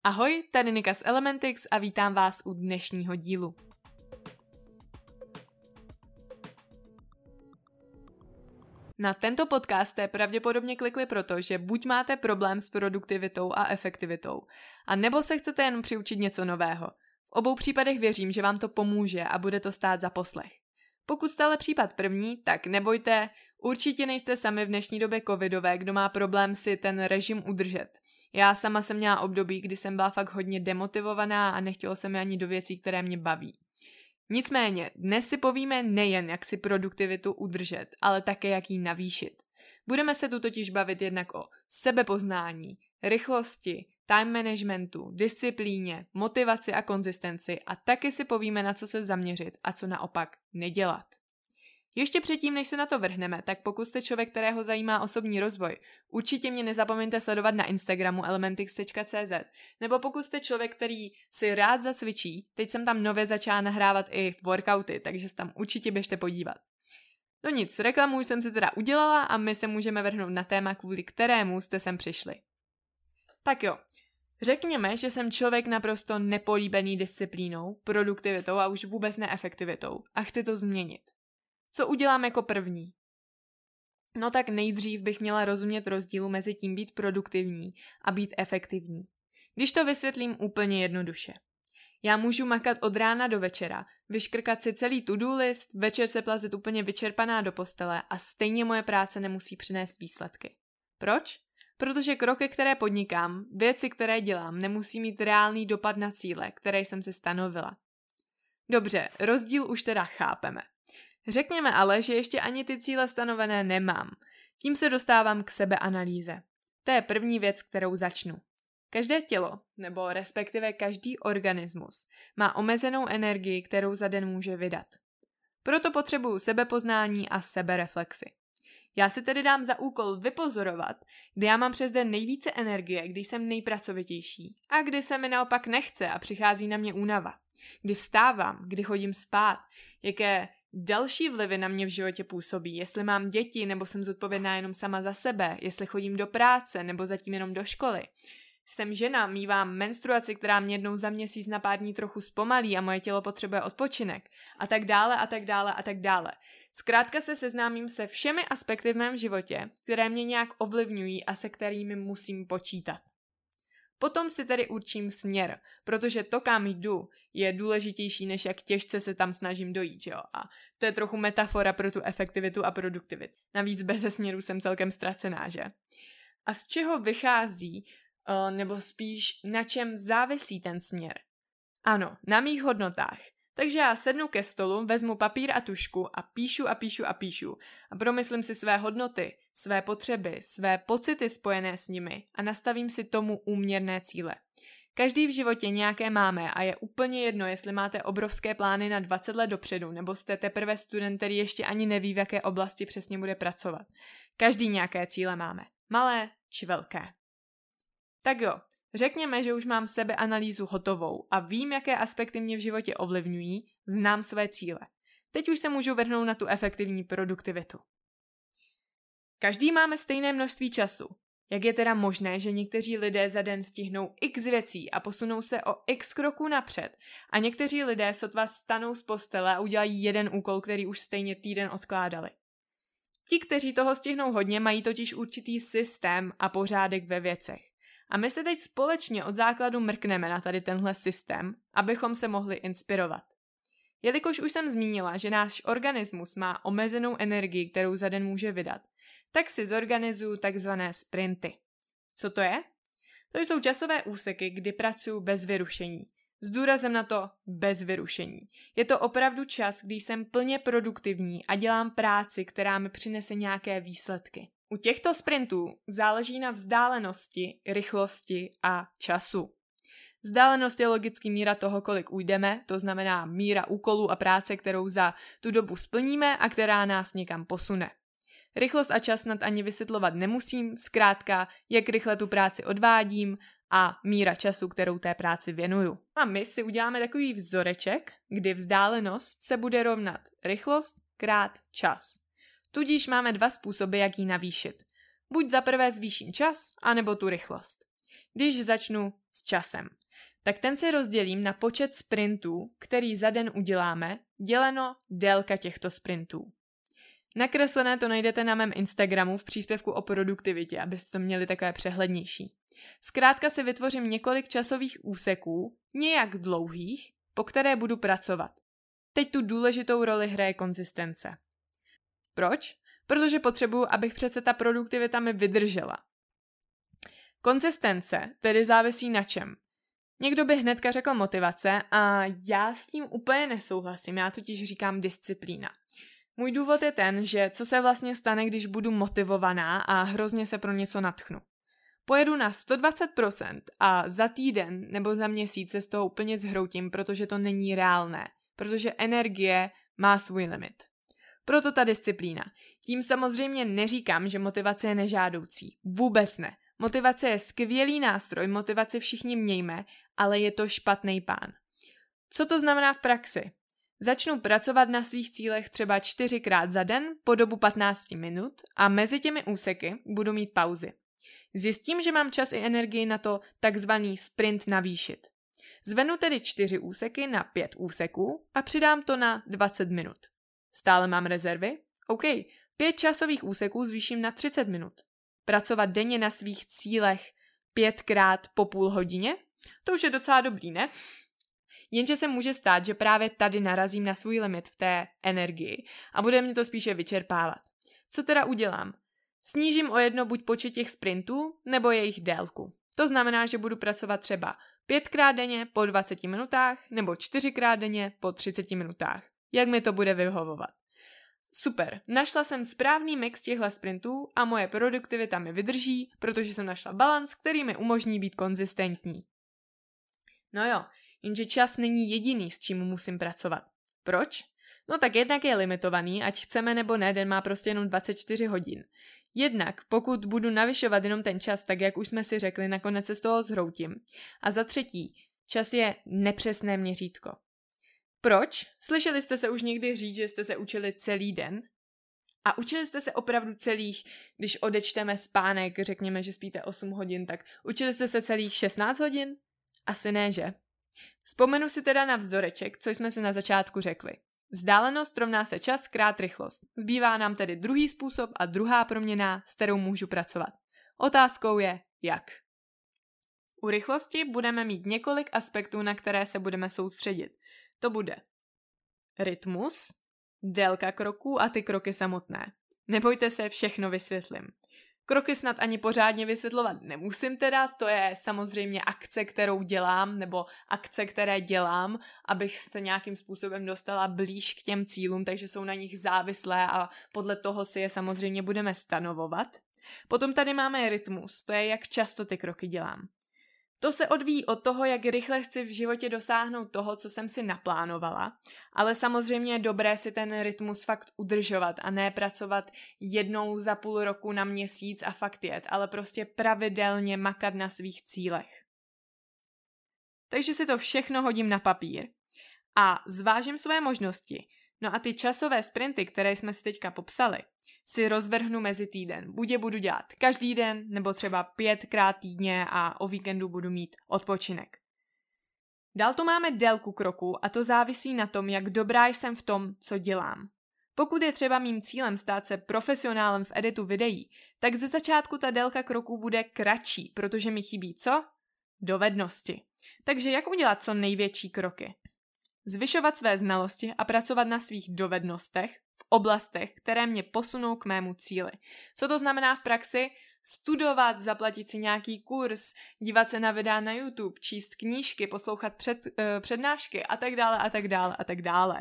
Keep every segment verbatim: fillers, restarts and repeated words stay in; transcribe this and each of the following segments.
Ahoj, tady Nika z Elementix a vítám vás u dnešního dílu. Na tento podcast jste pravděpodobně klikli proto, že buď máte problém s produktivitou a efektivitou, a nebo se chcete jen přiučit něco nového. V obou případech věřím, že vám to pomůže a bude to stát za poslech. Pokud jste ale případ první, tak nebojte, určitě nejste sami v dnešní době covidové, kdo má problém si ten režim udržet. Já sama jsem měla období, kdy jsem byla fakt hodně demotivovaná a nechtělo se mi ani do věcí, které mě baví. Nicméně, dnes si povíme nejen, jak si produktivitu udržet, ale také, jak ji navýšit. Budeme se tu totiž bavit jednak o sebepoznání, rychlosti, time managementu, disciplíně, motivaci a konzistenci a taky si povíme, na co se zaměřit a co naopak nedělat. Ještě předtím, než se na to vrhneme, tak pokud jste člověk, kterého zajímá osobní rozvoj, určitě mě nezapomeňte sledovat na Instagramu elementix tečka cé zet, nebo pokud jste člověk, který si rád zacvičí, teď jsem tam nově začala nahrávat i workouty, takže se tam určitě běžte podívat. No nic, reklamu už jsem si teda udělala a my se můžeme vrhnout na téma, kvůli kterému jste sem přišli. Tak jo, řekněme, že jsem člověk naprosto nepolíbený disciplínou, produktivitou a už vůbec neefektivitou a chci to změnit. Co udělám jako první? No tak nejdřív bych měla rozumět rozdílu mezi tím být produktivní a být efektivní. Když to vysvětlím úplně jednoduše. Já můžu makat od rána do večera, vyškrkat si celý to-do list, večer se plazit úplně vyčerpaná do postele a stejně moje práce nemusí přinést výsledky. Proč? Protože kroky, které podnikám, věci, které dělám, nemusí mít reálný dopad na cíle, které jsem si stanovila. Dobře, rozdíl už teda chápeme. Řekněme ale, že ještě ani ty cíle stanovené nemám. Tím se dostávám k sebeanalýze. To je první věc, kterou začnu. Každé tělo, nebo respektive každý organismus, má omezenou energii, kterou za den může vydat. Proto potřebuju sebepoznání a sebereflexi. Já si tedy dám za úkol vypozorovat, kdy já mám přes den nejvíce energie, kdy jsem nejpracovitější a kdy se mi naopak nechce a přichází na mě únava. Kdy vstávám, kdy chodím spát, jaké další vlivy na mě v životě působí, jestli mám děti nebo jsem zodpovědná jenom sama za sebe, jestli chodím do práce nebo zatím jenom do školy. Jsem žena, mívám menstruaci, která mě jednou za měsíc na pár dní trochu zpomalí a moje tělo potřebuje odpočinek a tak dále a tak dále a tak dále. Zkrátka se seznámím se všemi aspekty v mém životě, které mě nějak ovlivňují a se kterými musím počítat. Potom si tedy určím směr, protože to, kam jdu, je důležitější, než jak těžce se tam snažím dojít, jo? A to je trochu metafora pro tu efektivitu a produktivitu. Navíc beze směru jsem celkem ztracená, že? A z čeho vychází, nebo spíš na čem závisí ten směr? Ano, na mých hodnotách. Takže já sednu ke stolu, vezmu papír a tužku a píšu a píšu a píšu a promyslím si své hodnoty, své potřeby, své pocity spojené s nimi a nastavím si tomu úměrné cíle. Každý v životě nějaké máme a je úplně jedno, jestli máte obrovské plány na dvacet let dopředu nebo jste teprve student, který ještě ani neví, v jaké oblasti přesně bude pracovat. Každý nějaké cíle máme, malé či velké. Tak jo. Řekněme, že už mám sebeanalýzu hotovou a vím, jaké aspekty mě v životě ovlivňují, znám své cíle. Teď už se můžu vrhnout na tu efektivní produktivitu. Každý máme stejné množství času. Jak je teda možné, že někteří lidé za den stihnou x věcí a posunou se o x kroků napřed a někteří lidé sotva stanou z postele a udělají jeden úkol, který už stejně týden odkládali? Ti, kteří toho stihnou hodně, mají totiž určitý systém a pořádek ve věcech. A my se teď společně od základu mrkneme na tady tenhle systém, abychom se mohli inspirovat. Jelikož už jsem zmínila, že náš organismus má omezenou energii, kterou za den může vydat, tak si zorganizuju takzvané sprinty. Co to je? To jsou časové úseky, kdy pracuji bez vyrušení. S důrazem na to bez vyrušení. Je to opravdu čas, kdy jsem plně produktivní a dělám práci, která mi přinese nějaké výsledky. U těchto sprintů záleží na vzdálenosti, rychlosti a času. Vzdálenost je logicky míra toho, kolik ujdeme, to znamená míra úkolů a práce, kterou za tu dobu splníme a která nás někam posune. Rychlost a čas snad ani vysvětlovat nemusím, zkrátka, jak rychle tu práci odvádím a míra času, kterou té práci věnuju. A my si uděláme takový vzoreček, kdy vzdálenost se bude rovnat rychlost krát čas. Tudíž máme dva způsoby, jak ji navýšit. Buď za prvé zvýším čas, anebo tu rychlost. Když začnu s časem, tak ten si rozdělím na počet sprintů, který za den uděláme, děleno délka těchto sprintů. Nakreslené to najdete na mém Instagramu v příspěvku o produktivitě, abyste to měli takové přehlednější. Zkrátka si vytvořím několik časových úseků, nějak dlouhých, po které budu pracovat. Teď tu důležitou roli hraje konzistence. Proč? Protože potřebuju, abych přece ta produktivita mi vydržela. Konzistence tedy závisí na čem? Někdo by hnedka řekl motivace a já s tím úplně nesouhlasím, já totiž říkám disciplína. Můj důvod je ten, že co se vlastně stane, když budu motivovaná a hrozně se pro něco nadchnu. Pojedu na sto dvacet procent a za týden nebo za měsíc se z toho úplně zhroutím, protože to není reálné, protože energie má svůj limit. Proto ta disciplína. Tím samozřejmě neříkám, že motivace je nežádoucí. Vůbec ne. Motivace je skvělý nástroj, motivaci všichni mějme, ale je to špatný pán. Co to znamená v praxi? Začnu pracovat na svých cílech třeba čtyřikrát za den po dobu patnáct minut a mezi těmi úseky budu mít pauzy. Zjistím, že mám čas i energii na to takzvaný sprint navýšit. Zvenu tedy čtyři úseky na pět úseků a přidám to na dvacet minut. Stále mám rezervy? OK, pět časových úseků zvýším na třicet minut. Pracovat denně na svých cílech pětkrát po půl hodině? To už je docela dobrý, ne? Jenže se může stát, že právě tady narazím na svůj limit v té energii a bude mě to spíše vyčerpávat. Co teda udělám? Snížím o jedno buď počet těch sprintů, nebo jejich délku. To znamená, že budu pracovat třeba pětkrát denně po dvaceti minutách nebo čtyřikrát denně po třiceti minutách. Jak mi to bude vyhovovat? Super, našla jsem správný mix těchto sprintů a moje produktivita mi vydrží, protože jsem našla balans, který mi umožní být konzistentní. No jo, jenže čas není jediný, s čím musím pracovat. Proč? No tak jednak je limitovaný, ať chceme nebo ne, den má prostě jenom dvacet čtyři hodin. Jednak, pokud budu navyšovat jenom ten čas, tak jak už jsme si řekli, nakonec se z toho zhroutím. A za třetí, čas je nepřesné měřítko. Proč? Slyšeli jste se už někdy říct, že jste se učili celý den? A učili jste se opravdu celých, když odečteme spánek, řekněme, že spíte osm hodin, tak učili jste se celých šestnáct hodin? Asi ne, že? Vzpomenu si teda na vzoreček, co jsme si na začátku řekli. Vzdálenost rovná se čas krát rychlost. Zbývá nám tedy druhý způsob a druhá proměna, s kterou můžu pracovat. Otázkou je, jak. U rychlosti budeme mít několik aspektů, na které se budeme soustředit. To bude rytmus, délka kroků a ty kroky samotné. Nebojte se, všechno vysvětlím. Kroky snad ani pořádně vysvětlovat nemusím teda, to je samozřejmě akce, kterou dělám, nebo akce, které dělám, abych se nějakým způsobem dostala blíž k těm cílům, takže jsou na nich závislé a podle toho si je samozřejmě budeme stanovovat. Potom tady máme rytmus, to je jak často ty kroky dělám. To se odvíjí od toho, jak rychle chci v životě dosáhnout toho, co jsem si naplánovala, ale samozřejmě je dobré si ten rytmus fakt udržovat a ne pracovat jednou za půl roku na měsíc a fakt jet, ale prostě pravidelně makat na svých cílech. Takže si to všechno hodím na papír a zvážím své možnosti. No a ty časové sprinty, které jsme si teďka popsali, si rozvrhnu mezi týden. Buď je budu dělat každý den, nebo třeba pětkrát týdně a o víkendu budu mít odpočinek. Dál tu máme délku kroku a to závisí na tom, jak dobrá jsem v tom, co dělám. Pokud je třeba mým cílem stát se profesionálem v editu videí, tak ze začátku ta délka kroků bude kratší, protože mi chybí co? Dovednosti. Takže jak udělat co největší kroky? Zvyšovat své znalosti a pracovat na svých dovednostech v oblastech, které mě posunou k mému cíli. Co to znamená v praxi? Studovat, zaplatit si nějaký kurz, dívat se na videa na YouTube, číst knížky, poslouchat před, uh, přednášky a tak dále a tak dále a tak dále.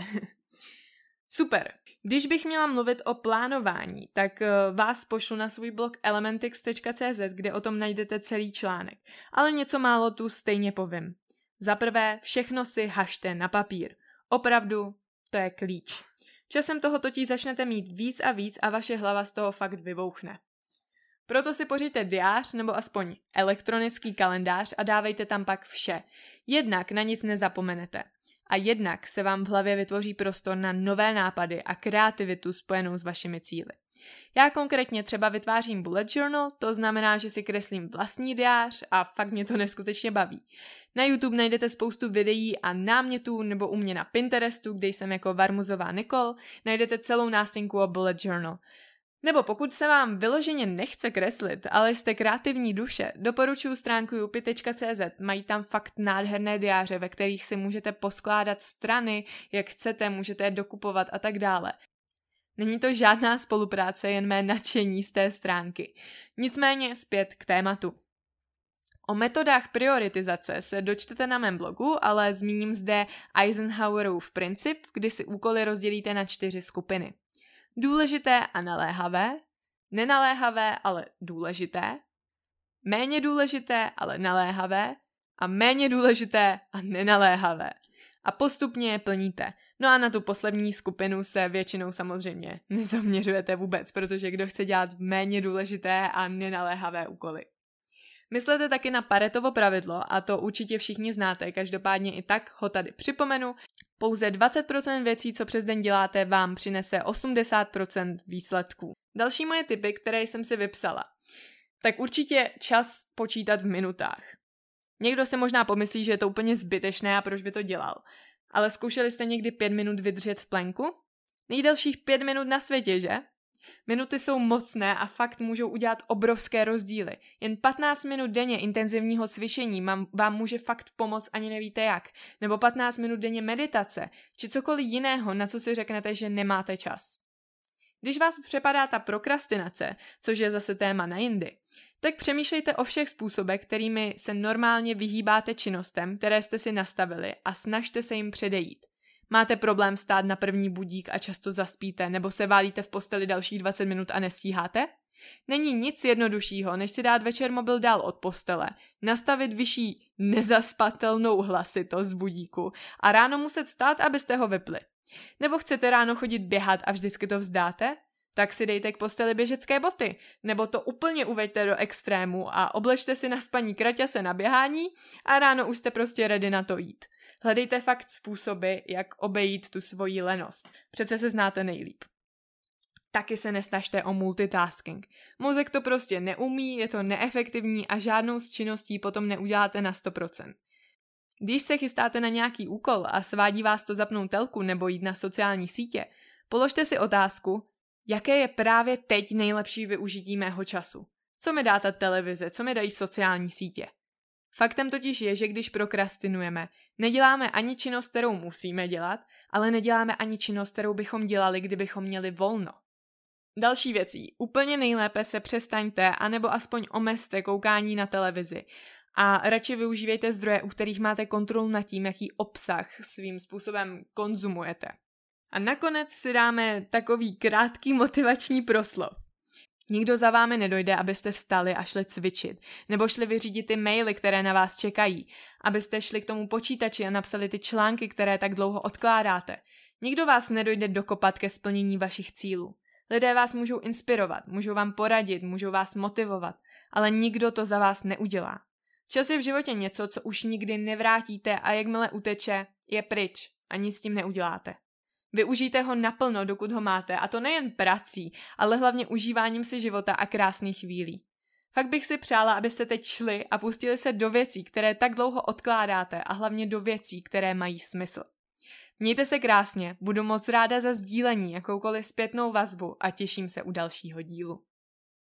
Super. Když bych měla mluvit o plánování, tak uh, vás pošlu na svůj blog elementix tečka cé zet, kde o tom najdete celý článek. Ale něco málo tu stejně povím. Za prvé, všechno si hažte na papír. Opravdu, to je klíč. Časem toho totiž začnete mít víc a víc a vaše hlava z toho fakt vybouchne. Proto si pořiďte diář nebo aspoň elektronický kalendář a dávejte tam pak vše. Jednak na nic nezapomenete. a jednak se vám v hlavě vytvoří prostor na nové nápady a kreativitu spojenou s vašimi cíli. Já konkrétně třeba vytvářím bullet journal, to znamená, že si kreslím vlastní diář a fakt mě to neskutečně baví. Na YouTube najdete spoustu videí a námětů, nebo u mě na Pinterestu, kde jsem jako Varmuzová Nicole, najdete celou nástěnku o bullet journal. Nebo pokud se vám vyloženě nechce kreslit, ale jste kreativní duše, doporučuji stránku jupy tečka cé zet, mají tam fakt nádherné diáře, ve kterých si můžete poskládat strany, jak chcete, můžete je dokupovat a tak dále. Není to žádná spolupráce, jen mé nadšení z té stránky. Nicméně zpět k tématu. O metodách prioritizace se dočtete na mém blogu, ale zmíním zde Eisenhowerův princip, kdy si úkoly rozdělíte na čtyři skupiny. Důležité a naléhavé, nenaléhavé, ale důležité, méně důležité, ale naléhavé a méně důležité a nenaléhavé. A postupně je plníte. No a na tu poslední skupinu se většinou samozřejmě nezaměřujete vůbec, protože kdo chce dělat méně důležité a nenaléhavé úkoly. Myslete taky na Paretovo pravidlo a to určitě všichni znáte, každopádně i tak ho tady připomenu. Pouze dvacet procent věcí, co přes den děláte, vám přinese osmdesát procent výsledků. Další moje tipy, které jsem si vypsala. Tak určitě čas počítat v minutách. Někdo si možná pomyslí, že je to úplně zbytečné a proč by to dělal. Ale zkoušeli jste někdy pět minut vydržet v plenku? Nejdelších pět minut na světě, že? Minuty jsou mocné a fakt můžou udělat obrovské rozdíly. Jen patnáct minut denně intenzivního cvičení vám může fakt pomoct, ani nevíte jak. Nebo patnáct minut denně meditace, či cokoliv jiného, na co si řeknete, že nemáte čas. Když vás přepadá ta prokrastinace, což je zase téma na jindy, tak přemýšlejte o všech způsobech, kterými se normálně vyhýbáte činnostem, které jste si nastavili a snažte se jim předejít. Máte problém stát na první budík a často zaspíte, nebo se válíte v posteli dalších dvacet minut a nestíháte? Není nic jednoduššího, než si dát večer mobil dál od postele, nastavit vyšší nezaspatelnou hlasitost budíku a ráno muset stát, abyste ho vypli. Nebo chcete ráno chodit běhat a vždycky to vzdáte? Tak si dejte k posteli běžecké boty, nebo to úplně uveďte do extrému a oblečte si na spaní kraťase na běhání a ráno už jste prostě ready na to jít. Hledejte fakt způsoby, jak obejít tu svoji lenost. Přece se znáte nejlíp. Taky se nesnažte o multitasking. Mozek to prostě neumí, je to neefektivní a žádnou z činností potom neuděláte na sto procent. Když se chystáte na nějaký úkol a svádí vás to zapnout telku nebo jít na sociální sítě, položte si otázku, jaké je právě teď nejlepší využití mého času. Co mi dá ta televize, co mi dají sociální sítě? Faktem totiž je, že když prokrastinujeme, neděláme ani činnost, kterou musíme dělat, ale neděláme ani činnost, kterou bychom dělali, kdybychom měli volno. Další věcí. Úplně nejlépe se přestaňte anebo aspoň omezte koukání na televizi a radši využívejte zdroje, u kterých máte kontrolu nad tím, jaký obsah svým způsobem konzumujete. A nakonec si dáme takový krátký motivační proslov. Nikdo za vámi nedojde, abyste vstali a šli cvičit, nebo šli vyřídit ty maily, které na vás čekají, abyste šli k tomu počítači a napsali ty články, které tak dlouho odkládáte. Nikdo vás nedojde dokopat ke splnění vašich cílů. Lidé vás můžou inspirovat, můžou vám poradit, můžou vás motivovat, ale nikdo to za vás neudělá. Čas je v životě něco, co už nikdy nevrátíte a jakmile uteče, je pryč a nic s tím neuděláte. Využijte ho naplno, dokud ho máte, a to nejen prací, ale hlavně užíváním si života a krásných chvílí. Fakt bych si přála, abyste teď šli a pustili se do věcí, které tak dlouho odkládáte a hlavně do věcí, které mají smysl. Mějte se krásně, budu moc ráda za sdílení, jakoukoliv zpětnou vazbu a těším se u dalšího dílu.